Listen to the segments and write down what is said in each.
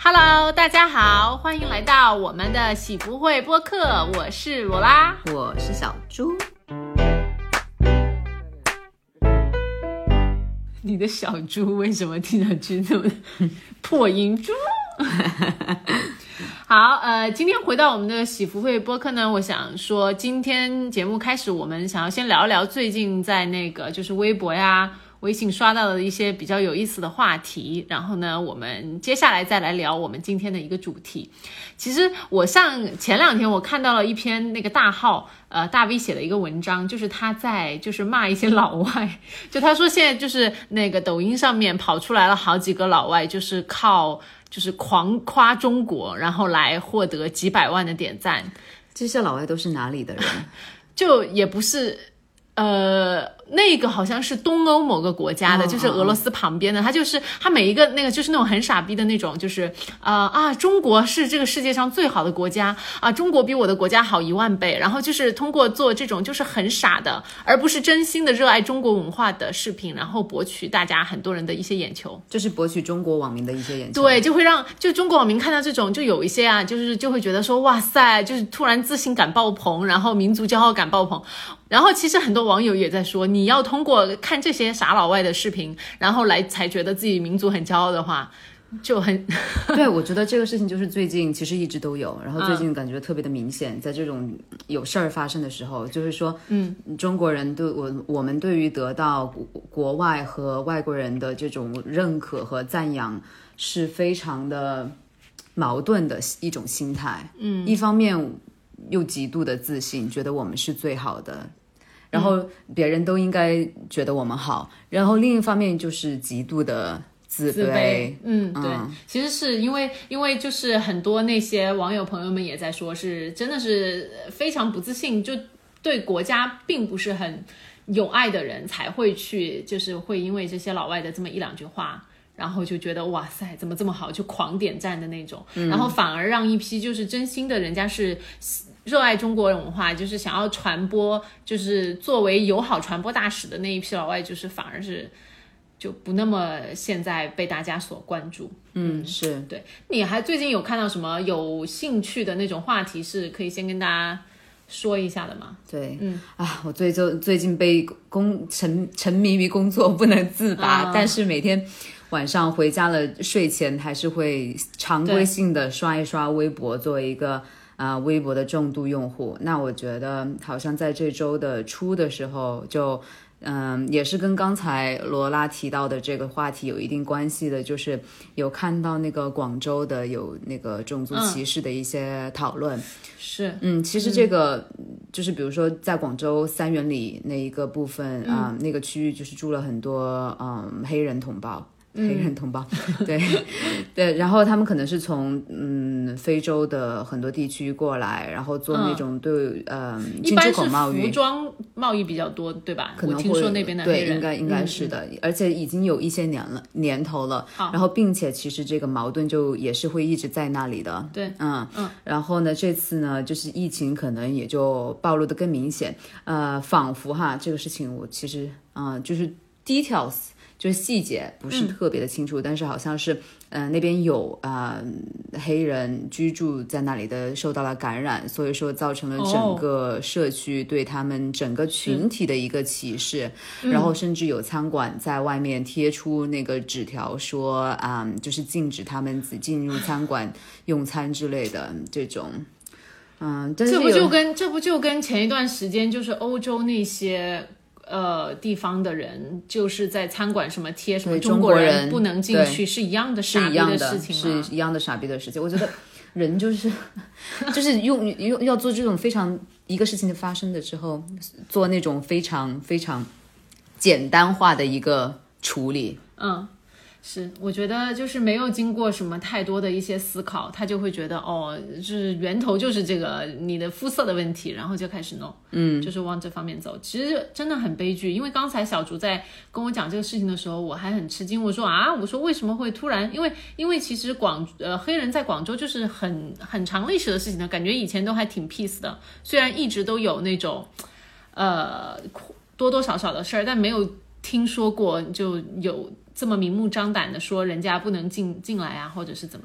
Hello， 大家好，欢迎来到我们的喜福会播客，我是罗拉， 我是小猪。 你的小猪为什么听上去那么破音猪？好，今天回到我们的喜福会播客呢，我想说，今天节目开始，我们想要先聊一聊最近在那个就是微博呀、微信刷到的一些比较有意思的话题，然后呢，我们接下来再来聊我们今天的一个主题。其实我前两天我看到了一篇那个大号大 V 写的一个文章，就是他在就是骂一些老外，就他说现在就是那个抖音上面跑出来了好几个老外，就是靠就是狂夸中国，然后来获得几百万的点赞。 这些老外都是哪里的人？ 就也不是那个好像是东欧某个国家的，就是俄罗斯旁边的，他每一个那个就是那种很傻逼的那种，就是中国是这个世界上最好的国家啊，中国比我的国家好10000倍，然后就是通过做这种就是很傻的，而不是真心的热爱中国文化的视频，然后博取大家很多人的一些眼球， 就是博取中国网民的一些眼球。 对，就会让就中国网民看到这种，就有一些就会觉得说哇塞，就是突然自信感爆棚，然后民族骄傲感爆棚。然后其实很多网友也在说，你要通过看这些傻老外的视频，然后来才觉得自己民族很骄傲的话，就很对，我觉得这个事情就是最近其实一直都有，然后最近感觉特别的明显，在这种有事儿发生的时候，就是说中国人对我们对于得到国外和外国人的这种认可和赞扬是非常的矛盾的一种心态。一方面又极度的自信，觉得我们是最好的，然后别人都应该觉得我们好，然后另一方面就是极度的自卑。 对，其实是因为就是很多那些网友朋友们也在说，是真的是非常不自信，就对国家并不是很有爱的人才会去，就是会因为这些老外的这么一两句话，然后就觉得哇塞怎么这么好，就狂点赞的那种，然后反而让一批就是真心的人家是热爱中国文化，就是想要传播，就是作为友好传播大使的那一批老外，就是反而是就不那么现在被大家所关注。 是。 对，你还最近有看到什么有兴趣的那种话题是可以先跟大家说一下的吗？ 对，我最近被沉迷于工作不能自拔，但是每天晚上回家了，睡前还是会常规性的刷一刷微博，作为一个微博的重度用户。那我觉得好像在这周的初的时候就也是跟刚才罗拉提到的这个话题有一定关系的，就是有看到那个广州的有那个种族歧视的一些讨论。 是， 其实这个就是比如说在广州三元里那一个部分那个区域就是住了很多黑人同胞，对对，然后他们可能是从非洲的很多地区过来，然后做那种对进出口贸易， 一般是服装贸易比较多，对吧？ 可能会， 我听说那边的黑人对，应该是的，而且已经有一些年头了，然后并且其实这个矛盾就也是会一直在那里的。 对， 然后呢，这次呢就是疫情可能也就暴露的更明显，仿佛这个事情我其实就是 details。就是细节不是特别的清楚，但是好像是那边有黑人居住在那里的受到了感染，所以说造成了整个社区对他们整个群体的一个歧视，然后甚至有餐馆在外面贴出那个纸条说就是禁止他们进入餐馆用餐之类的这种。但是这不就跟前一段时间就是欧洲那些地方的人就是在餐馆什么贴什么中国人不能进去是一样的傻逼的事情吗？ 是一样的傻逼的事情。我觉得人就是要做这种非常一个事情的发生的之后，做那种非常非常简单化的一个处理。 是，我觉得就是没有经过什么太多的一些思考，他就会觉得就是源头就是这个你的肤色的问题，然后就开始弄，就是往这方面走。其实真的很悲剧，因为刚才小竹在跟我讲这个事情的时候，我还很吃惊，我说为什么会突然，因为其实黑人在广州就是很长历史的事情呢，感觉以前都还挺 peace 的，虽然一直都有那种多多少少的事儿，但没有听说过就有这么明目张胆的说人家不能进来啊，或者是怎么样。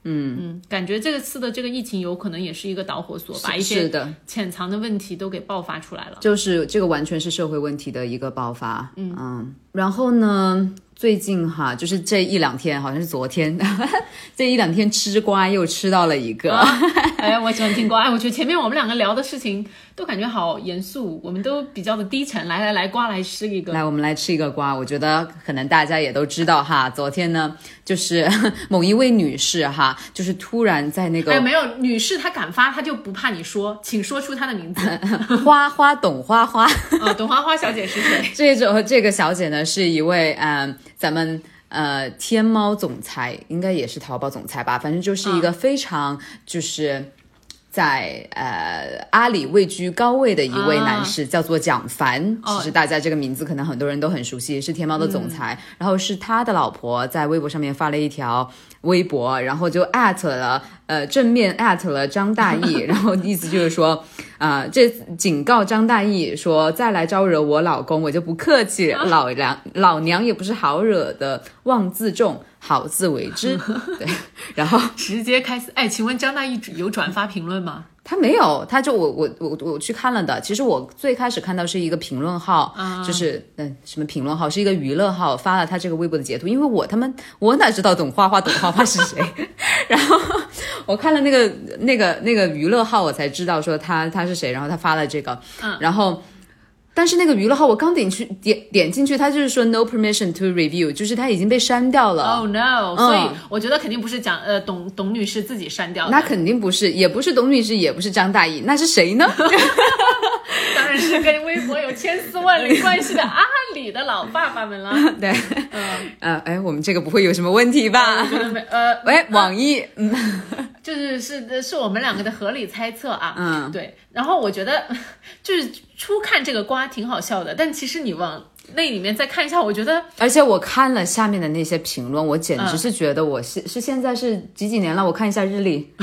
感觉这次的这个疫情有可能也是一个导火索，把一些潜藏的问题都给爆发出来了。 就是这个完全是社会问题的一个爆发。然后呢，最近哈，就是这一两天，好像是昨天，这一两天吃瓜又吃到了一个。 我喜欢听瓜。我觉得前面我们两个聊的事情都感觉好严肃，我们都比较的低沉。来，瓜来吃一个。 来，我们来吃一个瓜。我觉得可能大家也都知道哈，昨天呢，就是某一位女士哈，就是突然在那个没有女士，她敢发，她就不怕你说，请说出她的名字。 花董花花。 董花花小姐是谁？ 这个小姐呢，是一位咱们天猫总裁，应该也是淘宝总裁吧，反正就是一个非常就是在阿里位居高位的一位男士，叫做蒋凡。其实大家这个名字可能很多人都很熟悉，是天猫的总裁。然后是他的老婆在微博上面发了一条微博，然后就正面艾特了张大奕，然后意思就是说这警告张大奕说，再来招惹我老公我就不客气，老娘也不是好惹的，妄自重，好自为之。对，然后直接开始。请问张大奕有转发评论吗？ 他没有，他就我去看了的。其实我最开始看到是一个评论号，就是什么评论号，是一个娱乐号发了他这个微博的截图，因为我哪知道董花花是谁？然后我看了那个娱乐号，我才知道说他是谁，然后他发了这个，然后。但是那个娱乐号我刚点进去，他就是说 no permission to review， 就是他已经被删掉了。 Oh no！所以我觉得肯定不是董女士自己删掉的。 那肯定不是，也不是董女士，也不是张大奕，那是谁呢？ 当然是跟微博有千丝万缕关系的阿里的老爸爸们了。 对，我们这个不会有什么问题吧？网易， 是我们两个的合理猜测啊。对。然后我觉得就是初看这个瓜挺好笑的，但其实你往那里面再看一下，我觉得， 而且我看了下面的那些评论，我简直是觉得我是现在是几年了？我看一下日历。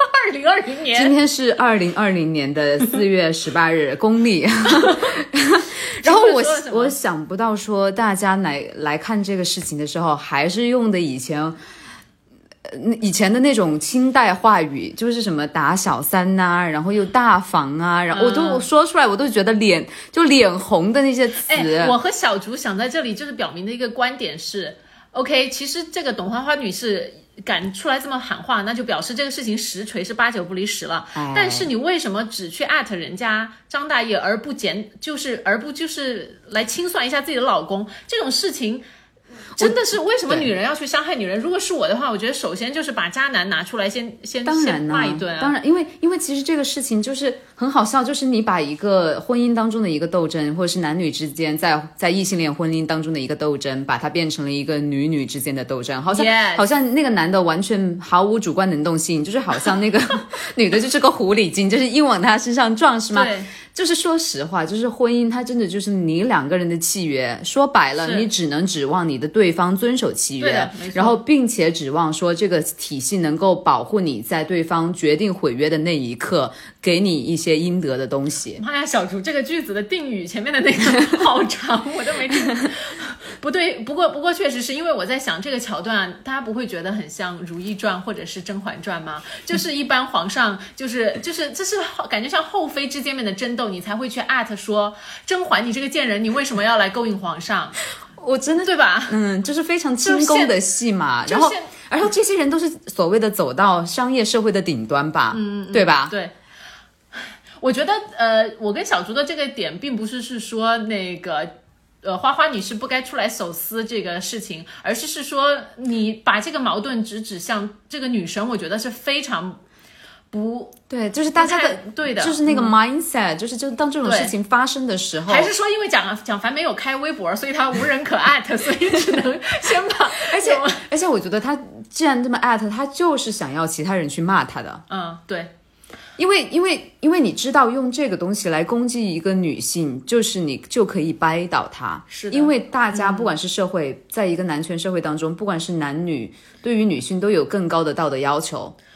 2020年， 今天是2020年的4月18日，公历。然后我想不到说大家来看这个事情的时候，还是用的以前的那种清代话语，就是什么打小三呐，然后又大方啊，然后我说出来我都觉得脸红的那些词。 我和小竹想在这里就是表明的一个观点是 ，OK， 其实这个董花花女士敢出来这么喊话，那就表示这个事情实锤是8-9不离10了。但是你为什么只去@人家张大爷，而不就是来清算一下自己的老公？这种事情真的是为什么女人要去伤害女人？如果是我的话，我觉得首先就是把渣男拿出来先骂一顿啊。 当然，因为其实这个事情就是很好笑，就是你把一个婚姻当中的一个斗争，或者是男女之间在异性恋婚姻当中的一个斗争，把它变成了一个女之间的斗争，好像那个男的完全毫无主观能动性，就是好像那个女的就是个狐狸精，就是硬往他身上撞，是吗？ 对。 就是说实话，就是婚姻它真的就是你两个人的契约，说白了你只能指望你的对方遵守契约，然后并且指望说这个体系能够保护你在对方决定毁约的那一刻给你一些应得的东西。 妈呀，小竹这个句子的定语前面的那个好长，我都没听。不对，不过确实是因为我在想这个桥段，大家不会觉得很像《如懿传》或者是《甄嬛传》吗？就是一般皇上就是这是感觉像后妃之间的争斗，你才会去说甄嬛你这个贱人，你为什么要来勾引皇上？ 我真的对吧？ 就是非常清宫的戏嘛。然后这些人都是所谓的走到商业社会的顶端吧，对吧？ 对。我觉得我跟小竹的这个点并不是说那个花花女士不该出来手撕这个事情，而是说你把这个矛盾只指向这个女生，我觉得是非常不对，就是大家的对的， 就是那个 mindset，就当这种事情发生的时候， 还是说因为蒋凡没有开微博，所以他无人可@，所以只能先把。 而且我觉得他既然这么@，他就是想要其他人去骂他的。 对。 因为你知道用这个东西来攻击一个女性，就是你就可以掰倒她。 是的。 因为大家不管是社会，在一个男权社会当中，不管是男女，对于女性都有更高的道德要求。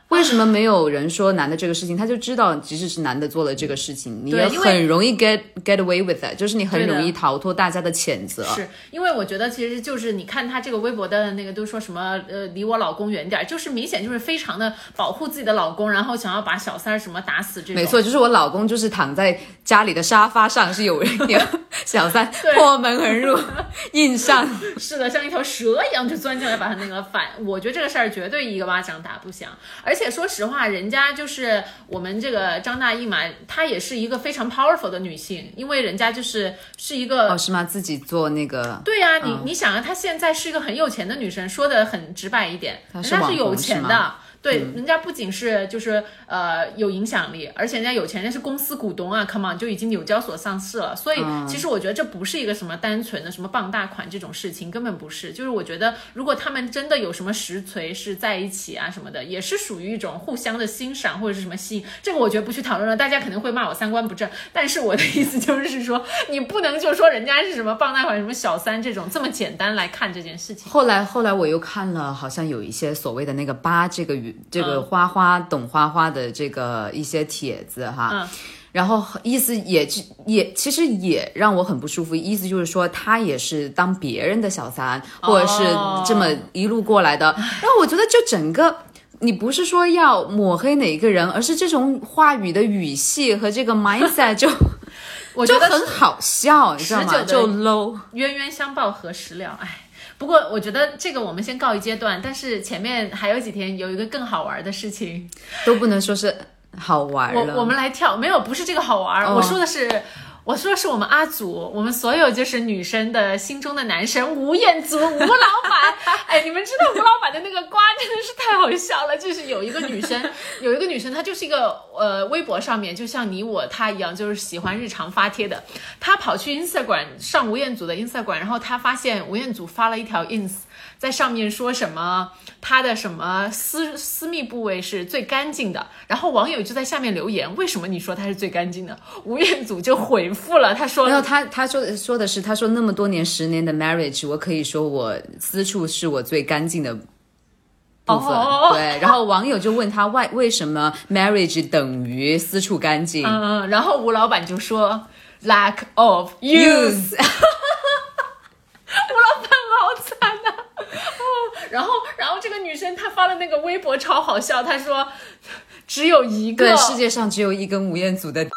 为什么没有人说男的这个事情？他就知道，即使是男的做了这个事情，你也对很容易 get away with it， 就是你很容易逃脱大家的谴责。 是因为我觉得其实就是你看他这个微博的那个都说什么离我老公远点，就是明显就是非常的保护自己的老公，然后想要把小三什么打死这种。 没错，就是我老公就是躺在家里的沙发上，是有小三破门而入硬上， 是的，像一条蛇一样就钻进来把他那个反。我觉得这个事儿绝对一个巴掌打不响。而且说实话，人家就是我们这个张大奕嘛，她也是一个非常 powerful 的女性，因为人家是一个是吗？自己做那个。 对呀、你想啊，她现在是一个很有钱的女生，说的很直白一点， 人家是有钱的。对， 人家不仅是有影响力，而且人家有钱，人家是公司股东啊 ，come on， 就已经纽交所上市了。所以其实我觉得这不是一个什么单纯的什么傍大款这种事情，根本不是。就是我觉得如果他们真的有什么实锤是在一起啊什么的，也是属于一种互相的欣赏或者是什么吸引。这个我觉得不去讨论了，大家可能会骂我三观不正，但是我的意思就是说，你不能就说人家是什么傍大款、什么小三这种这么简单来看这件事情。 后来我又看了，好像有一些所谓的那个这个花花懂花花的这个一些帖子哈，然后意思也其实也让我很不舒服，意思就是说他也是当别人的小三，或者是这么一路过来的。然后我觉得就整个你不是说要抹黑哪一个人，而是这种话语的语系和这个 mindset 就我觉得就很好笑，你知道吗？就 low， 冤冤相报何时了，哎。不过我觉得这个我们先告一阶段，但是前面还有几天有一个更好玩的事情， 都不能说是好玩了。 我们来跳，没有，不是这个好玩，我说的是我们阿祖，我们所有就是女生的心中的男神吴彦祖，吴老板。哎，你们知道吴老板的那个瓜真的是太好笑了，就是有一个女生，她就是一个微博上面就像你我她一样，就是喜欢日常发帖的。她跑去 Instagram 上吴彦祖的 Instagram， 然后她发现吴彦祖发了一条 ins， 在上面说什么他的什么私密部位是最干净的，然后网友就在下面留言，为什么你说他是最干净的？吴彦祖就回复了，他说， 然后他说的是，他说那么多年10年的 marriage， 我可以说我私处是我最干净的部分。对，然后网友就问他为什么 marriage 等于私处干净？ 然后吴老板就说 lack of use。吴老板好惨啊！然后这个女生她发了那个微博超好笑，她说只有一个， 对，世界上只有一根吴彦祖的，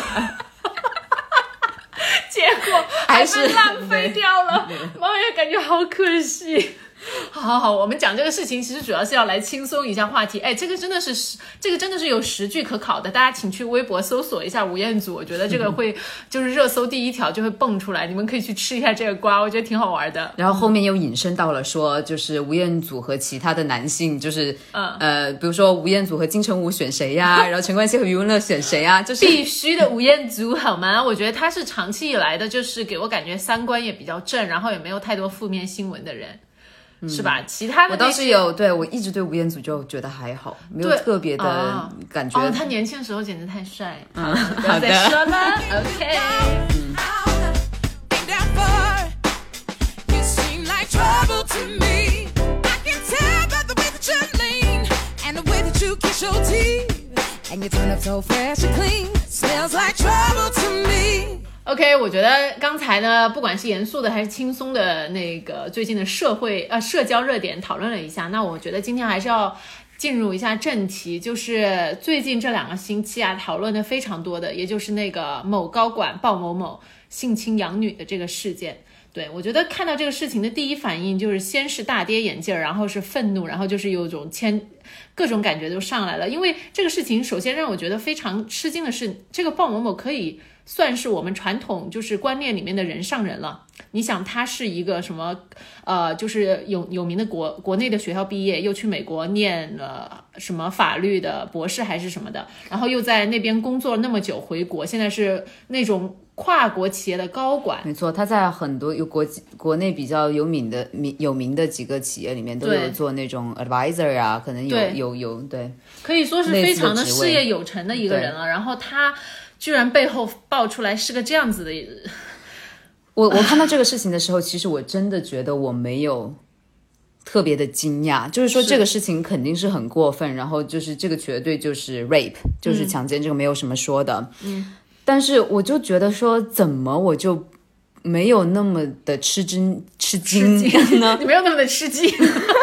结果还被浪费掉了，妈呀，感觉好可惜。好，我们讲这个事情其实主要是要来轻松一下话题。哎，这个真的是有实据可考的，大家请去微博搜索一下吴彦祖，我觉得这个会就是热搜第一条就会蹦出来，你们可以去吃一下这个瓜，我觉得挺好玩的。 然后后面又引申到了说，就是吴彦祖和其他的男性，就是比如说吴彦祖和金城武选谁呀，然后陈冠希和余文乐选谁呀，就是必须的吴彦祖好吗？我觉得他是长期以来的，就是给我感觉三观也比较正，然后也没有太多负面新闻的人。是吧？其他的我倒是有，对，我一直对吴彦祖就觉得还好，没有特别的感觉。 他年轻的时候简直太帅。 好不要再说了。OK。OK， 我觉得刚才呢，不管是严肃的还是轻松的那个最近的社交热点讨论了一下，那我觉得今天还是要进入一下正题，就是最近这2个星期啊，讨论的非常多的，也就是那个某高管鲍某某性侵养女的这个事件。对，我觉得看到这个事情的第一反应就是先是大跌眼镜，然后是愤怒，然后就是有种各种感觉都上来了。因为这个事情首先让我觉得非常吃惊的是，这个鲍某某可以算是我们传统就是观念里面的人上人了。你想他是一个什么就是有名的国内的学校毕业，又去美国念了什么法律的博士还是什么的，然后又在那边工作那么久，回国现在是那种跨国企业的高管。 没错，他在很多国内比较有名的几个企业里面都有做那种 advisor 啊，可能有对， 可以说是非常的事业有成的一个人了。然后他居然背后爆出来是个这样子的。我看到这个事情的时候，其实我真的觉得我没有特别的惊讶，就是说这个事情肯定是很过分，然后就是这个绝对就是 rape， 就是强奸，这个没有什么说的。但是我就觉得说，怎么我就没有那么的吃惊呢？ 你没有那么的吃惊。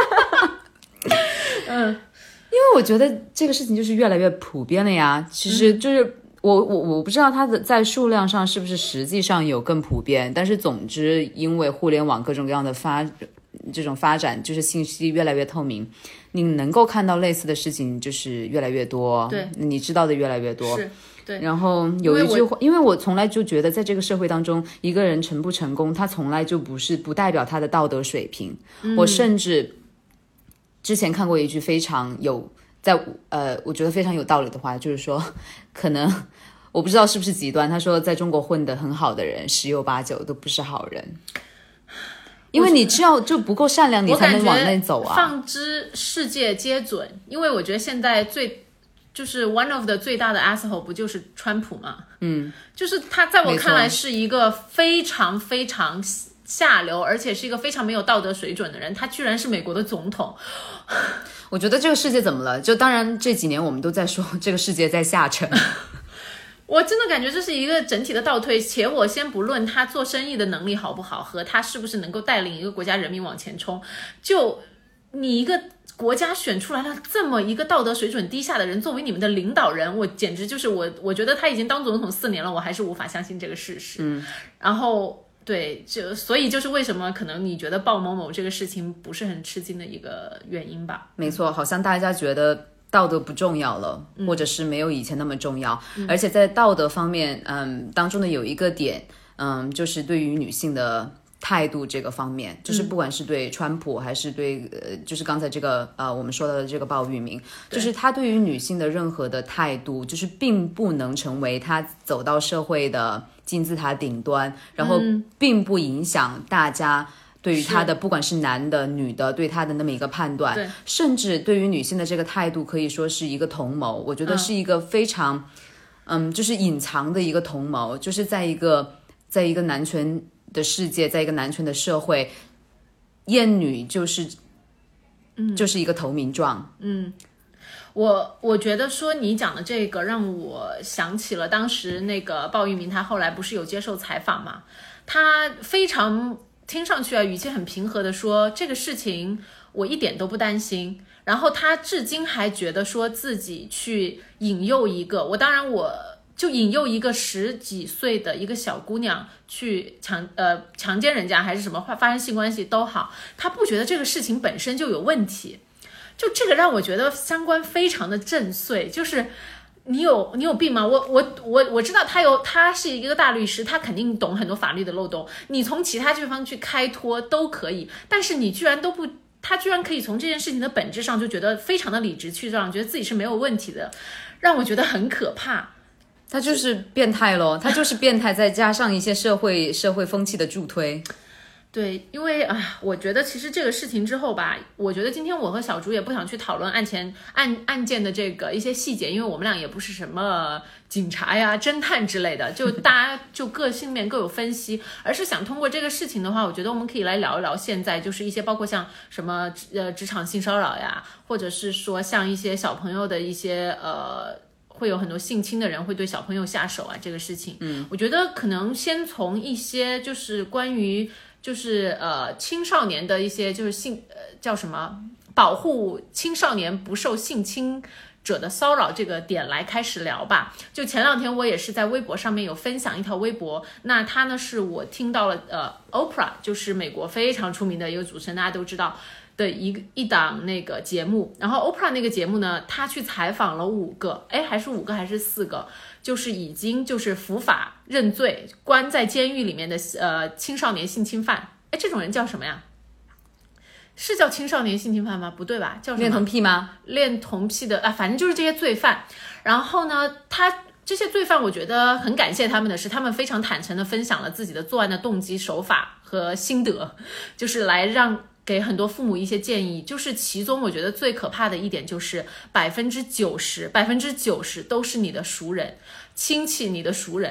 因为我觉得这个事情就是越来越普遍了呀。其实就是我不知道它的在数量上是不是实际上有更普遍，但是总之因为互联网各种各样的这种发展，就是信息越来越透明，你能够看到类似的事情就是越来越多， 对， 你知道的越来越多。 是，对。 然后有一句话，因为我从来就觉得在这个社会当中，一个人成不成功，他从来就不代表他的道德水平。我甚至之前看过一句非常有我觉得非常有道理的话，就是说可能我不知道是不是极端，他说在中国混得很好的人十有八九都不是好人，因为你只要就不够善良，你才能往内走啊。 放之世界皆准，因为我觉得现在就是 one of 的最大的 asshole 不就是川普吗？就是他在我看来是一个非常非常下流，而且是一个非常没有道德水准的人，他居然是美国的总统。 我觉得这个世界怎么了？就当然这几年我们都在说这个世界在下沉。 我真的感觉这是一个整体的倒退，且我先不论他做生意的能力好不好，和他是不是能够带领一个国家人民往前冲，就你一个国家选出来了这么一个道德水准低下的人作为你们的领导人，我简直就是我觉得他已经当总统4年了，我还是无法相信这个事实。然后对，所以就是为什么可能你觉得鲍某某这个事情不是很吃惊的一个原因吧。 没错，好像大家觉得道德不重要了，或者是没有以前那么重要。而且在道德方面，当中的有一个点，就是对于女性的态度这个方面，就是不管是对川普还是对就是刚才这个我们说到的这个鲍玉明，就是他对于女性的任何的态度，就是并不能成为他走到社会的金字塔顶端，然后并不影响大家对于他的不管是男的女的对他的那么一个判断，甚至对于女性的这个态度可以说是一个同谋。我觉得是一个非常就是隐藏的一个同谋，就是在一个男权的世界，在一个男权的社会，厌女就是一个投名状。 我觉得说你讲的这个让我想起了当时那个鲍玉明，他后来不是有接受采访嘛，他非常听上去语气很平和的说这个事情我一点都不担心，然后他至今还觉得说自己去引诱一个我就引诱一个10几岁的一个小姑娘去强奸人家还是什么发生性关系都好，他不觉得这个事情本身就有问题。就这个让我觉得三观非常的震碎，就是你有病吗？我知道他是一个大律师，他肯定懂很多法律的漏洞，你从其他地方去开脱都可以，但是你居然都不，他居然可以从这件事情的本质上就觉得非常的理直气壮，觉得自己是没有问题的，让我觉得很可怕。 他就是变态咯，他就是变态，再加上一些社会风气的助推。 对，因为我觉得其实这个事情之后吧，我觉得今天我和小竹也不想去讨论案件的这个一些细节，因为我们俩也不是什么警察呀、侦探之类的，就大家就各性面各有分析，而是想通过这个事情的话，我觉得我们可以来聊一聊现在就是一些包括像什么职场性骚扰呀，或者是说像一些小朋友的一些会有很多性侵的人会对小朋友下手啊，这个事情，我觉得可能先从一些就是关于就是青少年的一些就是叫什么保护青少年不受性侵者的骚扰这个点来开始聊吧。就前2天我也是在微博上面有分享一条微博，那它呢是我听到了Oprah 就是美国非常出名的一个主持人，大家都知道的一档那个节目，然后 Oprah 那个节目呢，他去采访了5个，还是5个还是4个，就是已经就是伏法认罪关在监狱里面的青少年性侵犯，这种人叫什么呀？是叫青少年性侵犯吗？不对吧？叫什么？ 恋童癖吗？ 恋童癖的反正就是这些罪犯。然后呢，这些罪犯我觉得很感谢他们的是，他们非常坦诚的分享了自己的作案的动机、手法和心得，就是来给很多父母一些建议。就是其中我觉得最可怕的一点就是90%都是你的熟人、亲戚，你的熟人。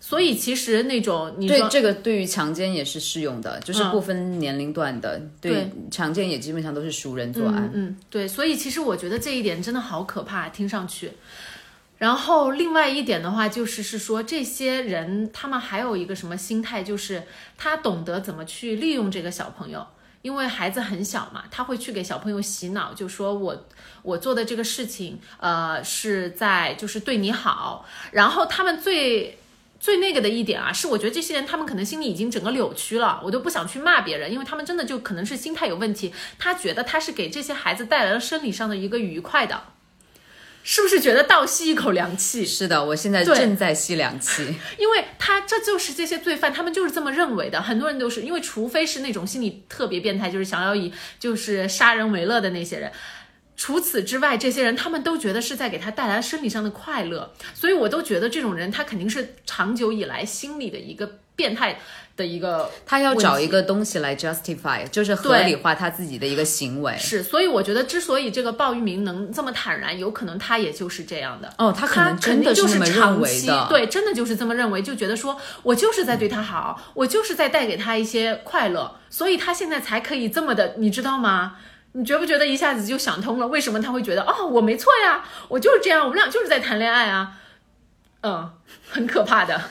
所以其实那种你对说这个对于强奸也是适用的，就是不分年龄段的，对强奸也基本上都是熟人作案。 对，所以其实我觉得这一点真的好可怕，听上去。然后另外一点的话，就是说这些人他们还有一个什么心态，就是他懂得怎么去利用这个小朋友。因为孩子很小嘛，他会去给小朋友洗脑，就说我做的这个事情，是在就是对你好。然后他们最那个的一点啊，是我觉得这些人他们可能心里已经整个扭曲了，我都不想去骂别人，因为他们真的就可能是心态有问题。他觉得他是给这些孩子带来了生理上的一个愉快的。是不是觉得倒吸一口凉气？ 是的，我现在正在吸凉气。 因为这就是这些罪犯，他们就是这么认为的。很多人都是因为，除非是那种心理特别变态，就是想要以就是杀人为乐的那些人。除此之外，这些人他们都觉得是在给他带来生理上的快乐，所以我都觉得这种人他肯定是长久以来心理的一个变态的一个， 他要找一个东西来 justify， 就是合理化他自己的一个行为。 是，所以我觉得之所以这个鲍玉明能这么坦然，有可能他也就是这样的。 他可能真的是那么认为的。 对，真的就是这么认为，就觉得说我就是在对他好，我就是在带给他一些快乐，所以他现在才可以这么的，你知道吗？你觉不觉得一下子就想通了？为什么他会觉得我没错呀，我就是这样，我们俩就是在谈恋爱啊？很可怕的。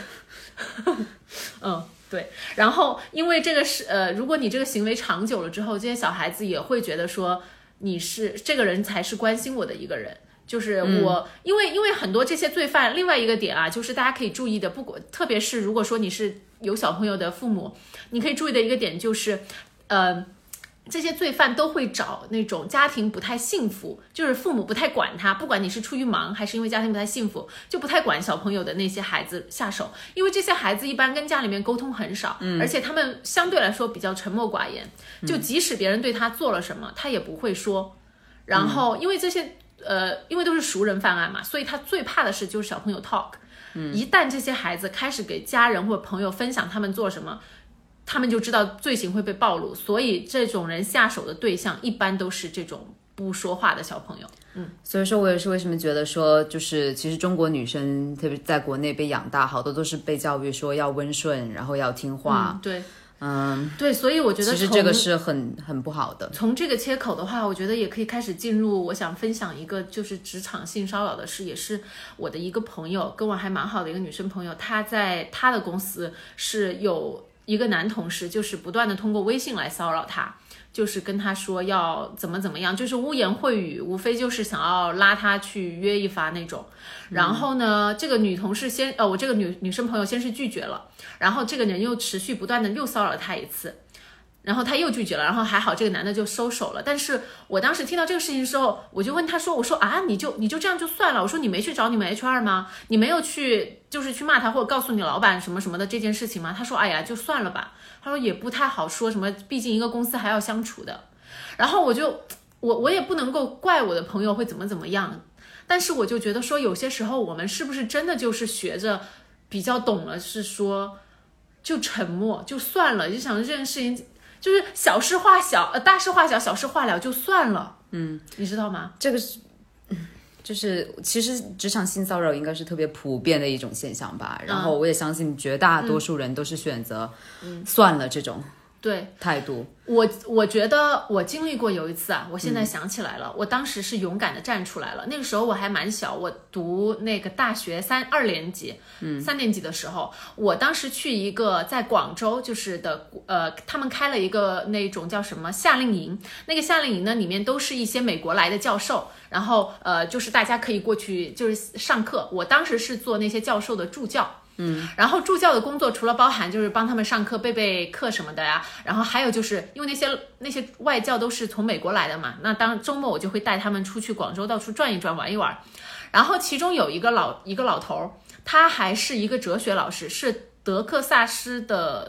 对。然后因为这个是如果你这个行为长久了之后，这些小孩子也会觉得说你是这个人才是关心我的一个人。就是我，因为很多这些罪犯，另外一个点啊，就是大家可以注意的，特别是如果说你是有小朋友的父母，你可以注意的一个点就是，这些罪犯都会找那种家庭不太幸福，就是父母不太管他，不管你是出于忙还是因为家庭不太幸福，就不太管小朋友的那些孩子下手，因为这些孩子一般跟家里面沟通很少，而且他们相对来说比较沉默寡言，就即使别人对他做了什么，他也不会说。然后因为这些因为都是熟人犯案嘛，所以他最怕的是就是小朋友 talk。一旦这些孩子开始给家人或朋友分享他们做什么，他们就知道罪行会被暴露，所以这种人下手的对象一般都是这种不说话的小朋友。 所以说我也是为什么觉得说，就是其实中国女生特别在国内被养大，好多都是被教育说要温顺，然后要听话。 对。对，所以我觉得其实这个是很不好的。 从这个切口的话，我觉得也可以开始进入我想分享一个就是职场性骚扰的事，也是我的一个朋友，跟我还蛮好的一个女生朋友，她在她的公司是有一个男同事，就是不断的通过微信来骚扰她，就是跟她说要怎么样，就是污言秽语，无非就是想要拉她去约一发那种。然后呢，这个女同事我这个女生朋友先是拒绝了，然后这个人又持续不断的又骚扰她一次，然后她又拒绝了，然后还好这个男的就收手了。但是我当时听到这个事情的时候，我就问他说，我说你就这样就算了，我说你没去找你们 HR 吗？你没有去就是去骂他或者告诉你老板什么什么的这件事情吗？他说哎呀就算了吧，他说也不太好说什么，毕竟一个公司还要相处的。然后我也不能够怪我的朋友会怎么样，但是我就觉得说有些时候我们是不是真的就是学着比较懂了，是说就沉默就算了，就想这件事情就是小事化小，大事化小，小事化了就算了。你知道吗？ 这个是就是其实职场性骚扰应该是特别普遍的一种现象吧，然后我也相信绝大多数人都是选择算了这种对态度。 我觉得我经历过有一次啊，我现在想起来了，我当时是勇敢的站出来了。那个时候我还蛮小，我读那个大学2年级，3年级的时候，我当时去一个在广州就是他们开了一个那种叫什么夏令营，那个夏令营呢里面都是一些美国来的教授，然后就是大家可以过去就是上课。我当时是做那些教授的助教。然后助教的工作除了包含就是帮他们上课备课什么的呀，然后还有就是因为那些外教都是从美国来的嘛，那当周末我就会带他们出去广州到处转一转玩一玩。然后其中有一个老头，他还是一个哲学老师，是德克萨斯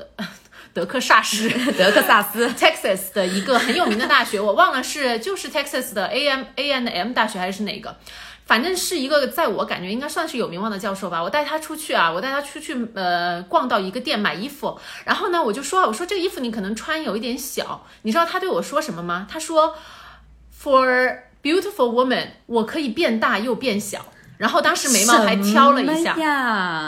Texas 的一个很有名的大学，我忘了就是 Texas 的 A&M 大学还是哪个，反正是一个在我感觉应该算是有名望的教授吧。我带他出去逛到一个店买衣服，然后呢我说这个衣服你可能穿有一点小，你知道他对我说什么吗？他说 For beautiful woman 我可以变大又变小，然后当时眉毛还挑了一下。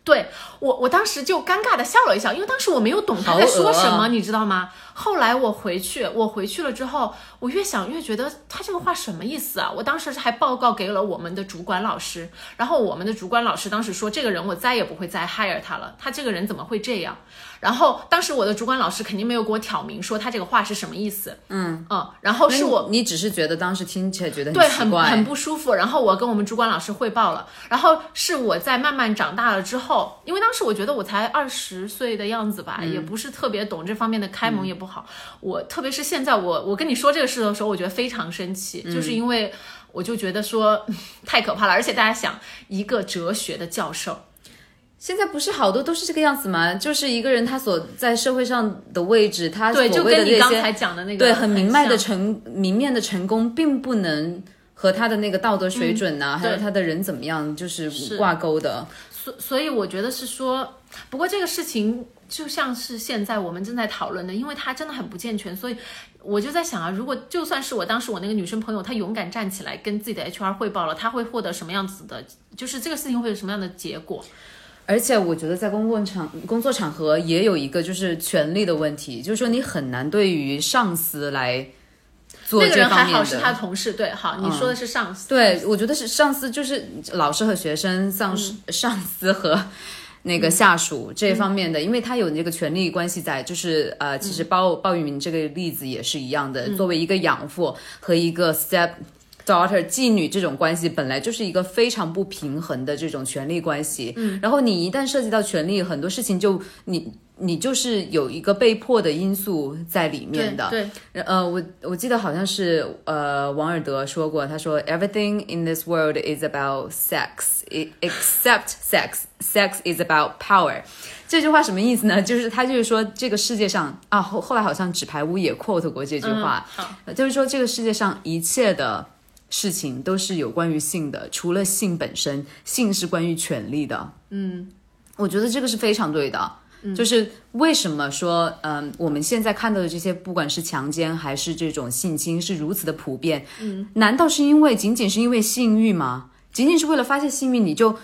对，我当时就尴尬的笑了一笑，因为当时我没有懂他在说什么，你知道吗？后来我回去了之后，我越想越觉得他这个话什么意思啊？我当时还报告给了我们的主管老师，然后我们的主管老师当时说，这个人我再也不会再 hire 他了，他这个人怎么会这样？然后当时我的主管老师肯定没有给我挑明说他这个话是什么意思，然后是你只是觉得当时听起来觉得对很奇怪， 很不舒服，然后我跟我们主管老师汇报了，然后是我在慢慢长大了之后，因为当时我觉得我才20岁的样子吧，也不是特别懂这方面的，开蒙也不好，我特别是现在我跟你说这个事的时候，我觉得非常生气，就是因为我就觉得说太可怕了，而且大家想，一个哲学的教授。 现在不是好多都是这个样子吗？就是一个人他所在社会上的位置，他所谓的这些， 对，就跟你刚才讲的那个对很明面的成功，并不能和他的那个道德水准呐、还有他的人怎么样，就是挂钩的。 所以我觉得是说，不过这个事情就像是现在我们正在讨论的，因为它真的很不健全，所以我就在想啊，如果就算是当时我那个女生朋友，她勇敢站起来跟自己的 HR 汇报了，她会获得什么样子的，就是这个事情会有什么样的结果？ 而且我觉得在工作场合也有一个就是权力的问题，就是说你很难对于上司来做这方面的。 那个人还好是他同事，对，好，你说的是上司。 对，我觉得是上司，就是老师和学生，上司和那个下属这方面的，因为他有这个权力关系在，就是其实鲍玉明这个例子也是一样的，作为一个养父和一个 stepdaughter 继女这种关系本来就是一个非常不平衡的这种权力关系，然后你一旦涉及到权力，很多事情就你就是有一个被迫的因素在里面的。 对， 我记得好像是王尔德说过，他说 Everything in this world is about sex except sex. Sex is about power. 这句话什么意思呢？就是他就是说这个世界上啊，后来好像纸牌屋也 quote 过这句话，就是说这个世界上一切的事情都是有关于性的，除了性本身，性是关于权力的。我觉得这个是非常对的。就是为什么说我们现在看到的这些不管是强奸还是这种性侵是如此的普遍，难道是仅仅是因为性欲吗？仅仅是为了发泄性欲你就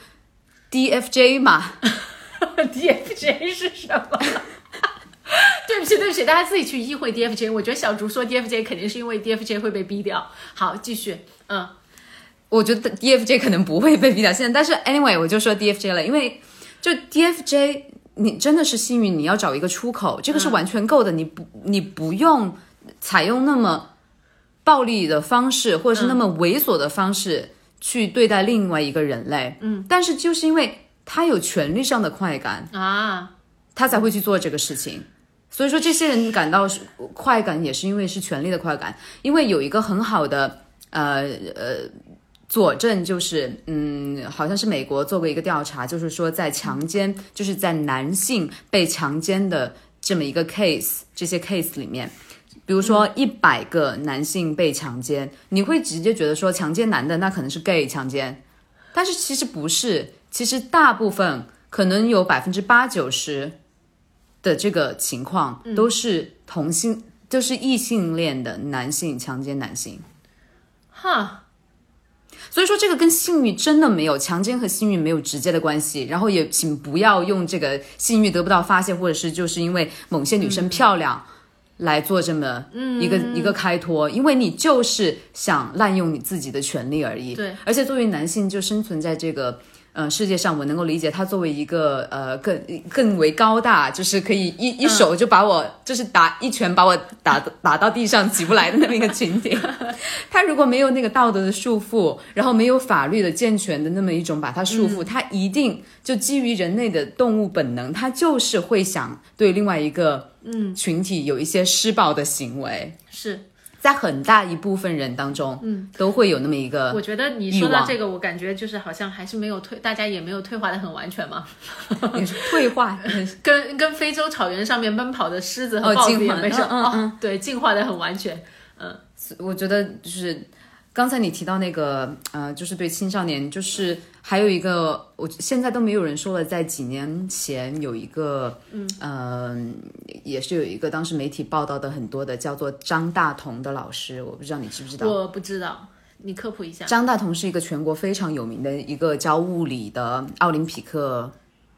DFJ 嘛 DFJ 是什么？对不起，大家自己去意会 DFJ。我觉得小竹说 DFJ 肯定是因为 DFJ 会被逼掉。好，继续。 我觉得 DFJ 可能不会被逼掉现在，但是 anyway 我就说 DFJ 了，因为就 DFJ 你真的是性欲，你要找一个出口，这个是完全够的，你不用采用那么暴力的方式，或者是那么猥琐的方式去对待另外一个人类。但是就是因为他有权利上的快感啊， 他才会去做这个事情。所以说这些人感到快感也是因为是权力的快感，因为有一个很好的佐证，就是好像是美国做过一个调查，就是说在强奸，就是在男性被强奸的这么一个 case， 这些 case 里面，比如说100个男性被强奸，你会直接觉得说强奸男的那可能是 gay 强奸，但是其实不是，其实大部分可能有80%-90%的这个情况都是都是异性恋的男性强奸男性。所以说这个跟性欲真的没有，强奸和性欲没有直接的关系，然后也请不要用这个性欲得不到发泄，或者是就是因为某些女生漂亮来做这么一个开脱，因为你就是想滥用你自己的权利而已。 对， 而且作为男性就生存在这个世界上，我能够理解他作为一个更为高大，就是可以一手就把我就是一拳把我打到地上起不来的那么一个群体。他如果没有那个道德的束缚，然后没有法律的健全的那么一种把他束缚，他一定就基于人类的动物本能，他就是会想对另外一个群体有一些施暴的行为。 是在很大一部分人当中，都会有那么一个。 我觉得你说到这个，我感觉就是好像还是没有大家也没有退化的很完全嘛。 也是退化， 跟非洲草原上面奔跑的狮子和豹子也没什么。对，进化的很完全。 我觉得就是刚才你提到那个就是对青少年，就是还有一个，我现在都没有人说了，在几年前有一个也是有一个当时媒体报道的很多的叫做张大同的老师，我不知道你知不知道？ 我不知道，你科普一下。 张大同是一个全国非常有名的一个教物理的奥林匹克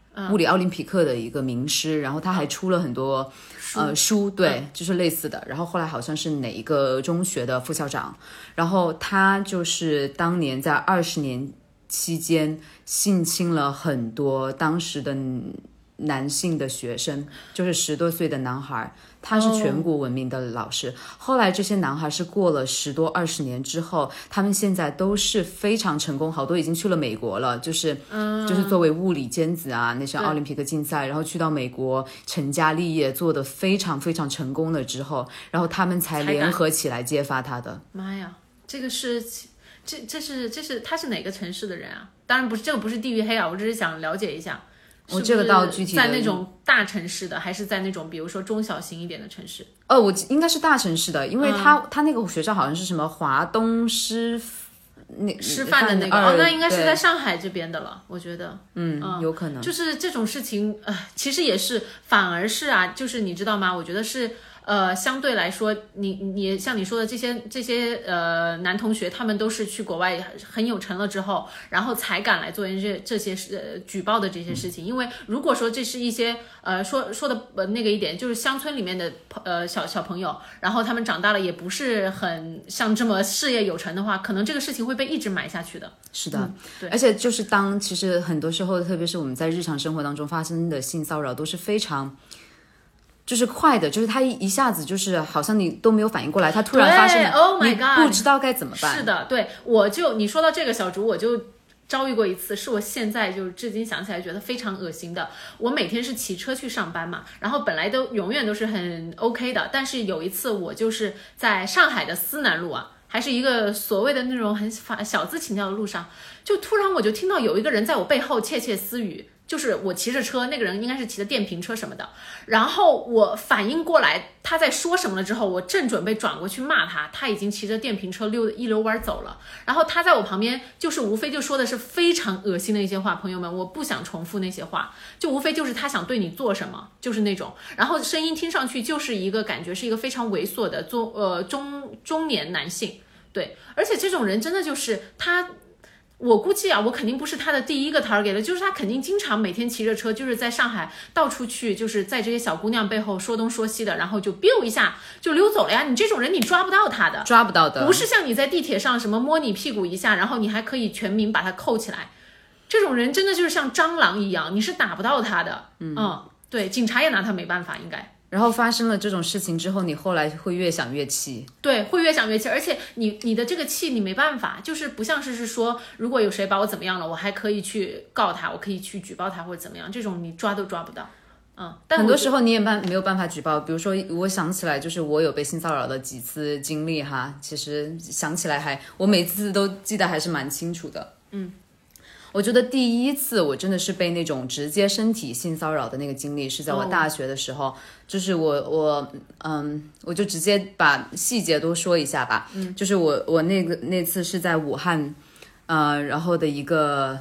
物理奥林匹克的一个名师，然后他还出了很多书，对，就是类似的。然后后来好像是哪一个中学的副校长，然后他就是当年在20年期间性侵了很多当时的男性的学生，就是10多岁的男孩，他是全国闻名的老师。后来这些男孩是过了10多20年之后，他们现在都是非常成功，好多已经去了美国了，就是作为物理尖子啊，那些奥林匹克竞赛，然后去到美国成家立业，做得非常非常成功了之后，然后他们才联合起来揭发他的。 妈呀，这个是他是哪个城市的人啊？当然不是，这个不是地域黑啊，我只是想了解一下。 我这个到具体的在那种大城市的，还是在那种比如说中小型一点的城市？ 我应该是大城市的，因为他那个学校好像是什么华东师范的那个那应该是在上海这边的了，我觉得， 有可能。 就是这种事情，其实也是，反而是啊，就是你知道吗？我觉得是。相对来说，你像你说的这些男同学，他们都是去国外很有成了之后，然后才敢来做这些举报的这些事情。因为如果说这是一些说的那个一点，就是乡村里面的小朋友，然后他们长大了也不是很像这么事业有成的话，可能这个事情会被一直埋下去的。 是的，对。而且就是其实很多时候，特别是我们在日常生活当中发生的性骚扰，都是非常。就是快的，就是他一下子就是好像你都没有反应过来，他突然发生了 ，Oh my God， 你不知道该怎么办。 是的，对，你说到这个小竹，我就遭遇过一次，是我现在就至今想起来觉得非常恶心的。我每天是骑车去上班嘛，然后本来永远都是很 OK 的，但是有一次我就是在上海的思南路啊，还是一个所谓的那种很小资情调的路上，就突然我就听到有一个人在我背后窃窃私语。就是我骑着车，那个人应该是骑的电瓶车什么的，然后我反应过来他在说什么了之后，我正准备转过去骂他，他已经骑着电瓶车一溜弯走了。然后他在我旁边，就是无非就说的是非常恶心的一些话，朋友们，我不想重复那些话，就无非就是他想对你做什么，就是那种，然后声音听上去就是一个感觉是一个非常猥琐的中年男性，对，而且这种人真的就是他。我估计啊，我肯定不是他的第一个 target 了，就是他肯定经常每天骑着车，就是在上海到处去，就是在这些小姑娘背后说东说西的，然后就 biu 一下就溜走了呀。你这种人你抓不到他的， 抓不到的， 不是像你在地铁上什么摸你屁股一下，然后你还可以全民把他扣起来，这种人真的就是像蟑螂一样，你是打不到他的。对，警察也拿他没办法，应该。 然后发生了这种事情之后，你后来会越想越气， 对，会越想越气，而且你的这个气你没办法，就是不像是说，如果有谁把我怎么样了，我还可以去告他，我可以去举报他或者怎么样，这种你抓都抓不到。但很多时候你也没有办法举报。比如说，我想起来，就是我有被性骚扰的几次经历哈，其实想起来我每次都记得还是蛮清楚的。我觉得第一次我真的是被那种直接身体性骚扰的那个经历是在我大学的时候，就是我就直接把细节都说一下吧。就是我那次是在武汉，然后的一个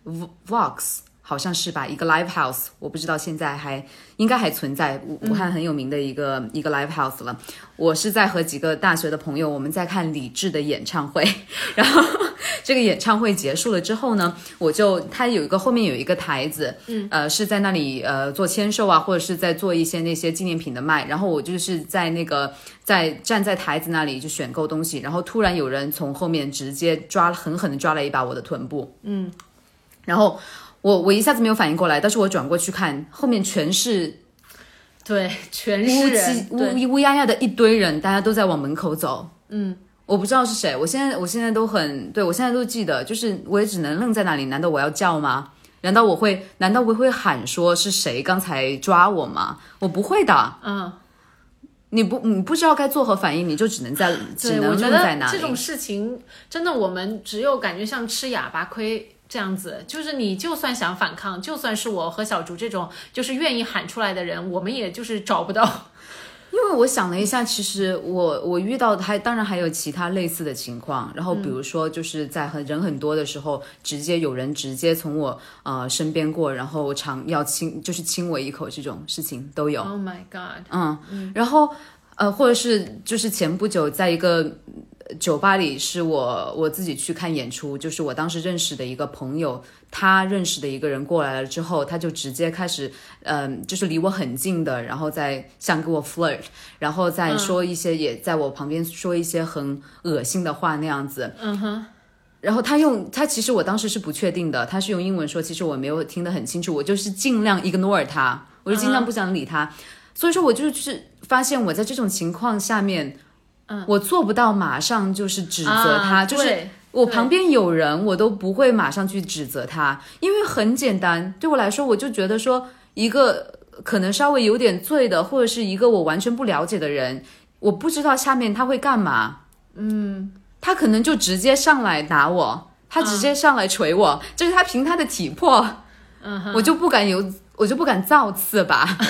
Vox 好像是吧，一个 live house， 我不知道现在应该还存在，武汉很有名的一个 live house 了。我是在和几个大学的朋友，我们在看李志的演唱会，然后这个演唱会结束了之后呢，他后面有一个台子，是在那里做签售啊，或者是在做一些那些纪念品的卖，然后我就是在站在台子那里就选购东西，然后突然有人从后面直接狠狠的抓了一把我的臀部，然后我一下子没有反应过来，但是我转过去看，后面全是。 对，全是人， 乌压压的一堆人，大家都在往门口走。我不知道是谁，我现在都我现在都记得，就是我也只能愣在那里。难道我要叫吗？难道我会喊说是谁刚才抓我吗？我不会的。你不知道该作何反应，你就只能愣在那里。 这种事情真的，我们只有感觉像吃哑巴亏。这样子，就是你就算想反抗，就算是我和小竹这种就是愿意喊出来的人，我们也就是找不到。 因为我想了一下，其实我遇到的当然还有其他类似的情况，然后比如说就是在人很多的时候，有人直接从我身边过，然后要亲我一口，这种事情都有。 Oh my god。 然后或者是就是前不久在一个酒吧里是我自己去看演出，就是我当时认识的一个朋友，他认识的一个人过来了之后，他就直接开始就是离我很近的，然后再像跟我 flirt， 然后再说一些也在我旁边说一些很恶心的话那样子。然后他其实我当时是不确定的，他是用英文说，其实我没有听得很清楚，我就是尽量 ignore 他，我就尽量不想理他。所以说我就是发现我在这种情况下面，我做不到马上就是指责他，就是我旁边有人我都不会马上去指责他，因为很简单，对我来说我就觉得说一个可能稍微有点醉的，或者是一个我完全不了解的人，我不知道下面他会干嘛，他可能就直接上来打我，他直接上来捶我，就是他凭他的体魄，我就不敢造次吧。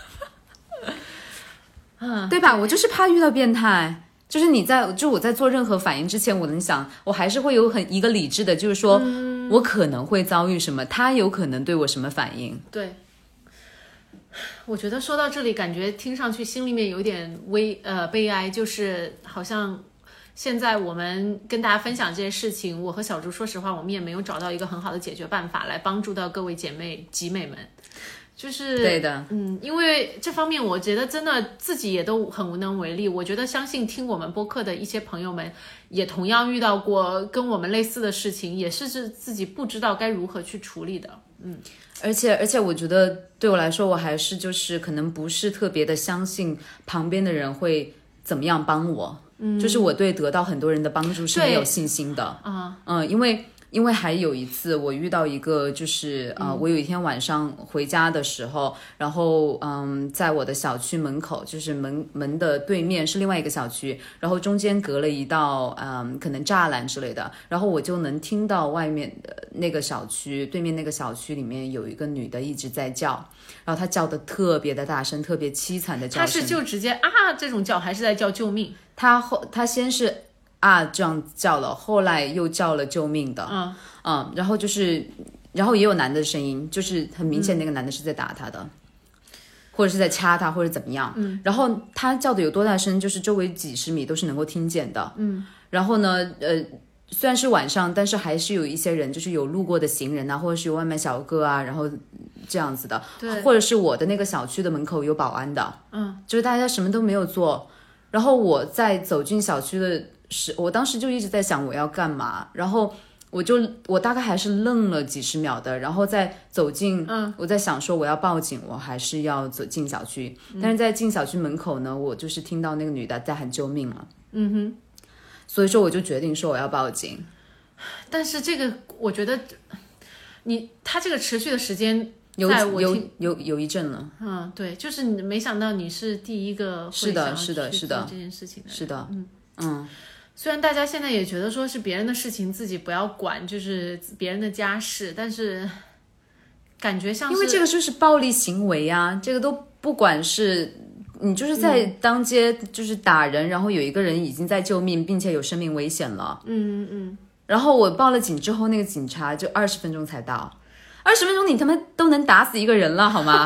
对吧？我就是怕遇到变态，就是我在做任何反应之前，我能想，我还是会有一个理智的，就是说我可能会遭遇什么，他有可能对我什么反应。 对，我觉得说到这里，感觉听上去心里面有点悲哀，就是好像现在我们跟大家分享这些事情，我和小竹说实话，我们也没有找到一个很好的解决办法来帮助到各位集美们。就是对的， 因为这方面我觉得真的自己也都很无能为力。我觉得相信听我们播客的一些朋友们也同样遇到过跟我们类似的事情，也是自己不知道该如何去处理的。 而且我觉得对我来说，我还是就是可能不是特别的相信旁边的人会怎么样帮我，就是我对得到很多人的帮助是没有信心的。因为还有一次我遇到一个就是我有一天晚上回家的时候，然后在我的小区门口，就是门的对面是另外一个小区，然后中间隔了一道可能栅栏之类的，然后我就能听到外面的那个小区对面那个小区里面有一个女的一直在叫，然后她叫的特别的大声，特别凄惨的叫声。 她是就直接这种叫，还是在叫救命？ 她先是这样叫了，后来又叫了救命的，然后也有男的声音，就是很明显那个男的是在打他的，或者是在掐他，或者怎么样。然后他叫的有多大声，就是周围几十米都是能够听见的。然后呢，虽然是晚上，但是还是有一些人，就是有路过的行人啊，或者是有外卖小哥啊，然后这样子的，或者是我的那个小区的门口有保安的，就是大家什么都没有做。然后我在走进小区的时，我当时就一直在想我要干嘛，然后我大概还是愣了几十秒的，然后再走进，我在想说我要报警，我还是要走进小区，但是在进小区门口呢，我就是听到那个女的在喊救命了，所以说我就决定说我要报警。 但是这个我觉得他这个持续的时间有一阵了， 对，就是你没想到你是第一个会想要去做这件事情的， 是的， 虽然大家现在也觉得说是别人的事情自己不要管，就是别人的家事，但是感觉像是因为这个就是暴力行为啊，这个都不管是你就是在当街就是打人，然后有一个人已经在救命，并且有生命危险了，然后我报了警之后，那个警察就20分钟才到，20分钟你他妈都能打死一个人了好吗？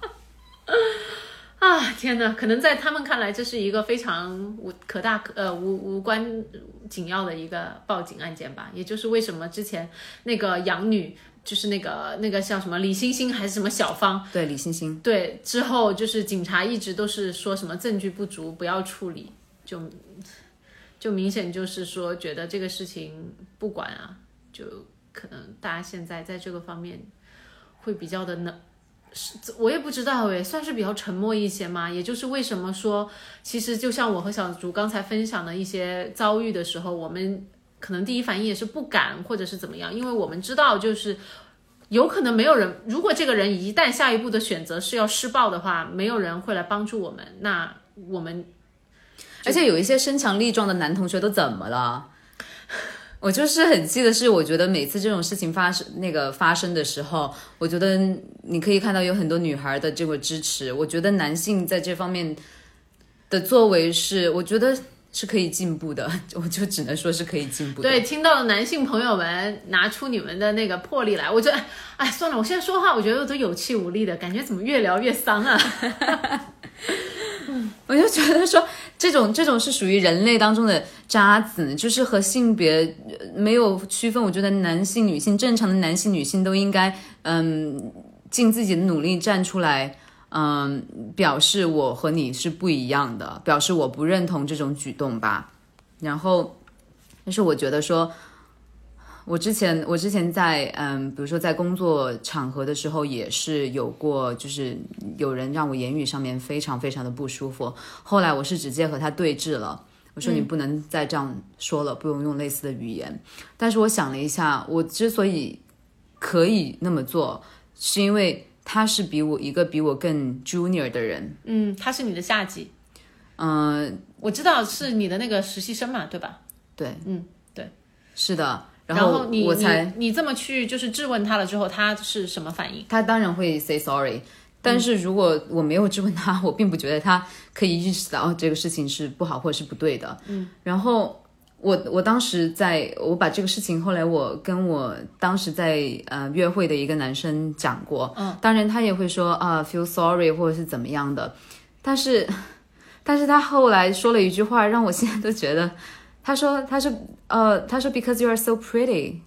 天哪，可能在他们看来这是一个非常无关紧要的一个报警案件吧，也就是为什么之前那个养女就是那个叫什么李星星还是什么小芳， 对，李星星， 对，之后就是警察一直都是说什么证据不足不要处理，就明显就是说觉得这个事情不管就可能大家现在在这个方面会比较的我也不知道算是比较沉默一些嘛。也就是为什么说其实就像我和小竹刚才分享的一些遭遇的时候，我们可能第一反应也是不敢或者是怎么样，因为我们知道就是有可能没有人，如果这个人一旦下一步的选择是要施暴的话，没有人会来帮助我们，那我们而且有一些身强力壮的男同学都怎么了？我就是很气的是，我觉得每次这种事情发生的时候，我觉得你可以看到有很多女孩的这个支持。我觉得男性在这方面的作为我觉得是可以进步的，我就只能说是可以进步的。 对，听到的男性朋友们拿出你们的那个魄力来，我觉得，算了，我现在说话我觉得我都有气无力的，感觉怎么越聊越丧啊。 我就觉得说， 这种是属于人类当中的渣子，就是和性别没有区分。我觉得男性、女性，正常的男性、女性都应该尽自己的努力站出来，表示我和你是不一样的，表示我不认同这种举动吧。然后，但是我觉得说。我之前在比如说在工作场合的时候也是有过，就是有人让我言语上面非常非常的不舒服，后来我是直接和他对峙了，我说你不能再这样说了，不用用类似的语言。但是我想了一下，我之所以可以那么做，是因为他是比我更 junior 的人， 他是你的下级，我知道是你的那个实习生嘛，对吧？ 对， 对， 是的。 然后你这么去就是质问他了之后，他是什么反应？ 他当然会 say sorry， 但是如果我没有质问他，我并不觉得他可以意识到这个事情是不好或者是不对的。然后我当时我把这个事情后来我跟我当时在约会的一个男生讲过，当然他也会说feel sorry 或者是怎么样的，但是他后来说了一句话，让我现在都觉得。他说 because you are so pretty。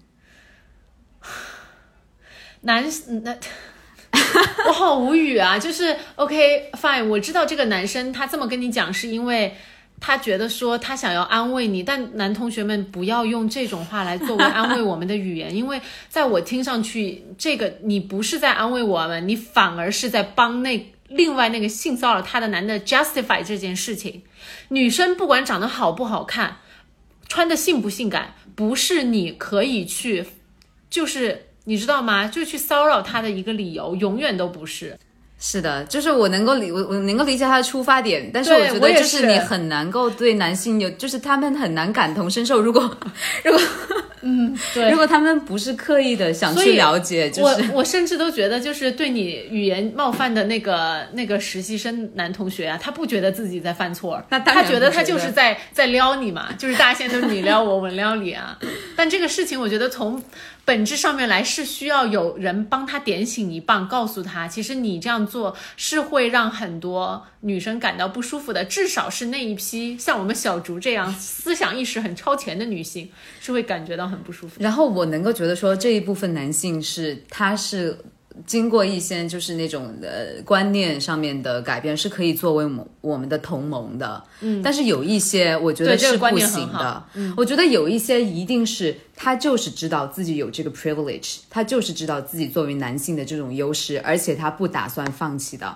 我好无语啊，就是 OK fine， 我知道这个男生他这么跟你讲是因为他觉得说他想要安慰你，但男同学们不要用这种话来作为安慰我们的语言，因为在我听上去，这个你不是在安慰我们，你反而是在帮另外那个性骚扰他的男的 justify 这件事情。女生不管长得好不好看，穿的性不性感，不是你可以去，就是你知道吗？就去骚扰他的一个理由，永远都不是。 是的，就是我能够理解他的出发点，但是我觉得就是你很难够对男性就是他们很难感同身受。如果对，如果他们不是刻意的想去了解，就是我甚至都觉得，就是对你语言冒犯的那个实习生男同学啊，他不觉得自己在犯错，他觉得他就是在撩你嘛，就是大家现在都是你撩我，我撩你啊。但这个事情，我觉得从本质上面来是需要有人帮他点醒一棒，告诉他，其实你这样做是会让很多女生感到不舒服的，至少是那一批像我们小竹这样思想意识很超前的女性是会感觉到很不舒服。 然后我能够觉得说这一部分男性他是经过一些就是那种观念上面的改变，是可以作为我们的同盟的。但是有一些我觉得是不行的。我觉得有一些一定是他就是知道自己有这个 privilege， 他就是知道自己作为男性的这种优势，而且他不打算放弃的。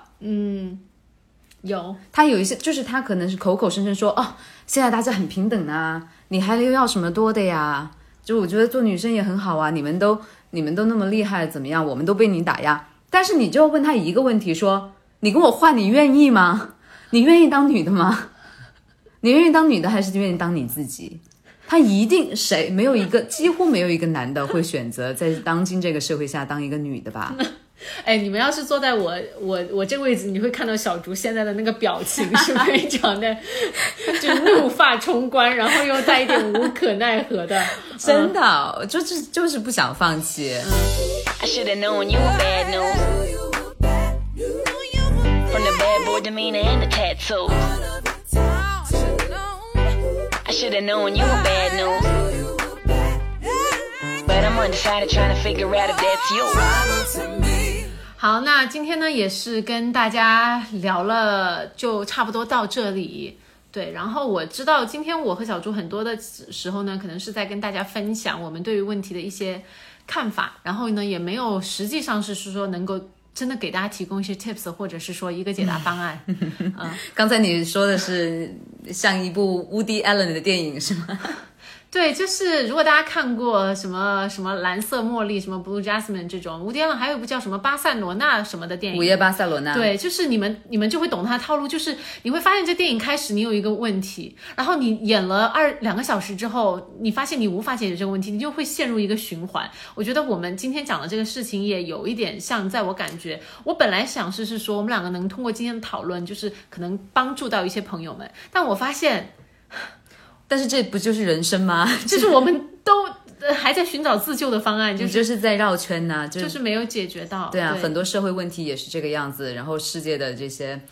他有一些就是他可能是口口声声说现在大家很平等啊，你还要什么多的呀，就我觉得做女生也很好啊，你们都那么厉害怎么样，我们都被你打压。但是你就问他一个问题，说你跟我换，你愿意吗？你愿意当女的吗？你愿意当女的还是愿意当你自己？他一定几乎没有一个男的会选择在当今这个社会下当一个女的吧。 你们要是坐在我这个位置，你会看到小竹现在的那个表情是非常的就怒发冲冠，然后又带一点无可奈何的。 真的就是不想放弃。I should have known you were bad news from the bad boy demeanor and the tattoos. I should have known you were bad news, but I'm undecided trying to figure out if that's you. 好，那今天呢也是跟大家聊了，就差不多到这里。对，然后我知道今天我和小猪很多的时候呢，可能是在跟大家分享我们对于问题的一些看法，然后呢也没有实际上是说能够真的给大家提供一些 tips， 或者是说一个解答方案。 刚才你说的是像一部 Woody Allen 的电影是吗？ 对，就是如果大家看过什么蓝色茉莉、什么 Blue Jasmine 这种，伍迪·艾伦还有一部叫什么巴塞罗那什么的电影， 午夜巴塞罗那。 对，就是你们就会懂他的套路，就是你会发现这电影开始你有一个问题，然后你演了2个小时之后，你发现你无法解决这个问题，你就会陷入一个循环。我觉得我们今天讲的这个事情也有一点像，在我感觉，我本来想是说我们2个能通过今天的讨论，就是可能帮助到一些朋友们，但我发现。 但是这不就是人生吗？ 就是我们都还在寻找自救的方案， 就是在绕圈呢， 就是没有解决到。 对啊，很多社会问题也是这个样子，然后世界的这些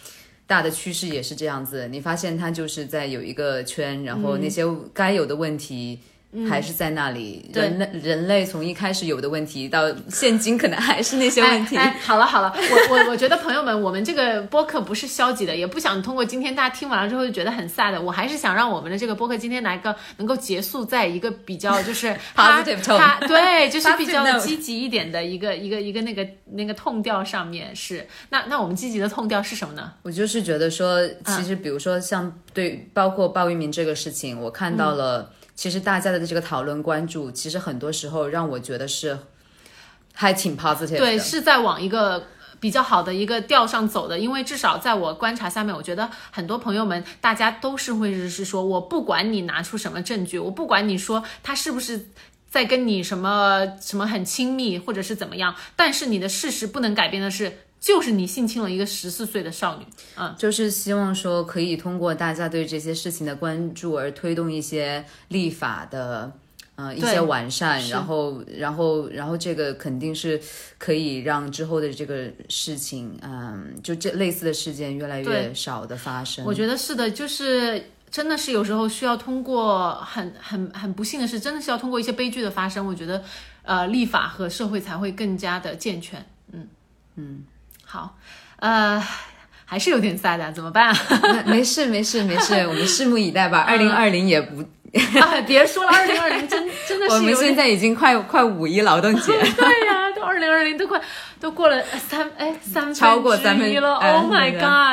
大的趋势也是这样子，你发现它就是在有一个圈，然后那些该有的问题还是在那里。人类从一开始有的问题到现今可能还是那些问题。 好了，我觉得朋友们，我们这个播客不是消极的，也不想通过今天大家听完了之后就觉得很 sad， 我还是想让我们的这个播客今天来个能够结束在一个比较就是 positive tone， 对，就是比较积极一点的一个那个痛调上面是。那我们积极的痛调是什么呢？ 我就是觉得说，其实比如说像对包括鲍一鸣这个事情，我看到了。其实大家的这个讨论关注，其实很多时候让我觉得是还挺 positive 的， 对，是在往一个比较好的一个调上走的。因为至少在我观察下面，我觉得很多朋友们大家都是会是说，我不管你拿出什么证据，我不管你说他是不是在跟你什么很亲密或者是怎么样，但是你的事实不能改变的是，就是你性侵了一个14岁的少女。 就是希望说可以通过大家对这些事情的关注而推动一些立法的一些完善，然后这个肯定是可以让之后的这个事情就这类似的事件越来越少的发生。 我觉得是的，就是真的是有时候需要通过很不幸的是，真的是要通过一些悲剧的发生，我觉得立法和社会才会更加的健全。好，还是有点 sad 啊，怎么办啊？ 没事，我们拭目以待吧。2020也不别说了，2020真的是我们现在已经快5一劳动节对呀，都2020都过了超过3分之一了。Oh my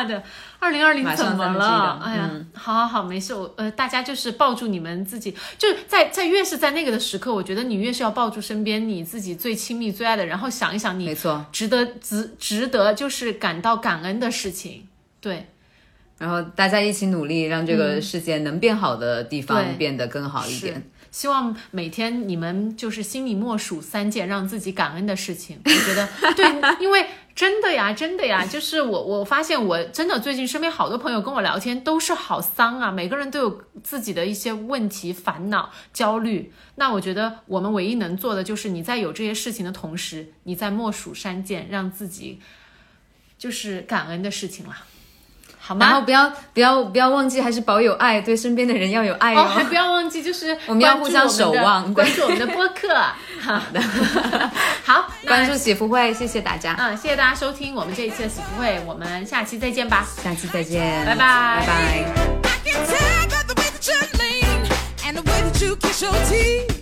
god！2020 怎么了？哎呀，好，没事。大家就是抱住你们自己，就是在越是在那个的时刻，我觉得你越是要抱住身边你自己最亲密最爱的，然后想一想你没错值得就是感到感恩的事情。对。 然后大家一起努力，让这个世界能变好的地方变得更好一点。 希望每天你们就是心里默数3件让自己感恩的事情。我觉得对，因为真的呀，就是我发现我真的最近身边好多朋友跟我聊天都是好丧啊，每个人都有自己的一些问题、烦恼、焦虑。那我觉得我们唯一能做的就是你在有这些事情的同时，你在默数3件让自己就是感恩的事情了。好吗？ 然后不要忘记，还是保有爱，对身边的人要有爱哦。 还不要忘记，就是我们要互相守望， 关注我们的播客。好的，好， 关注喜福会，谢谢大家。 谢谢大家收听我们这一期的喜福会，我们下期再见吧。 下期再见， 拜拜， 拜拜。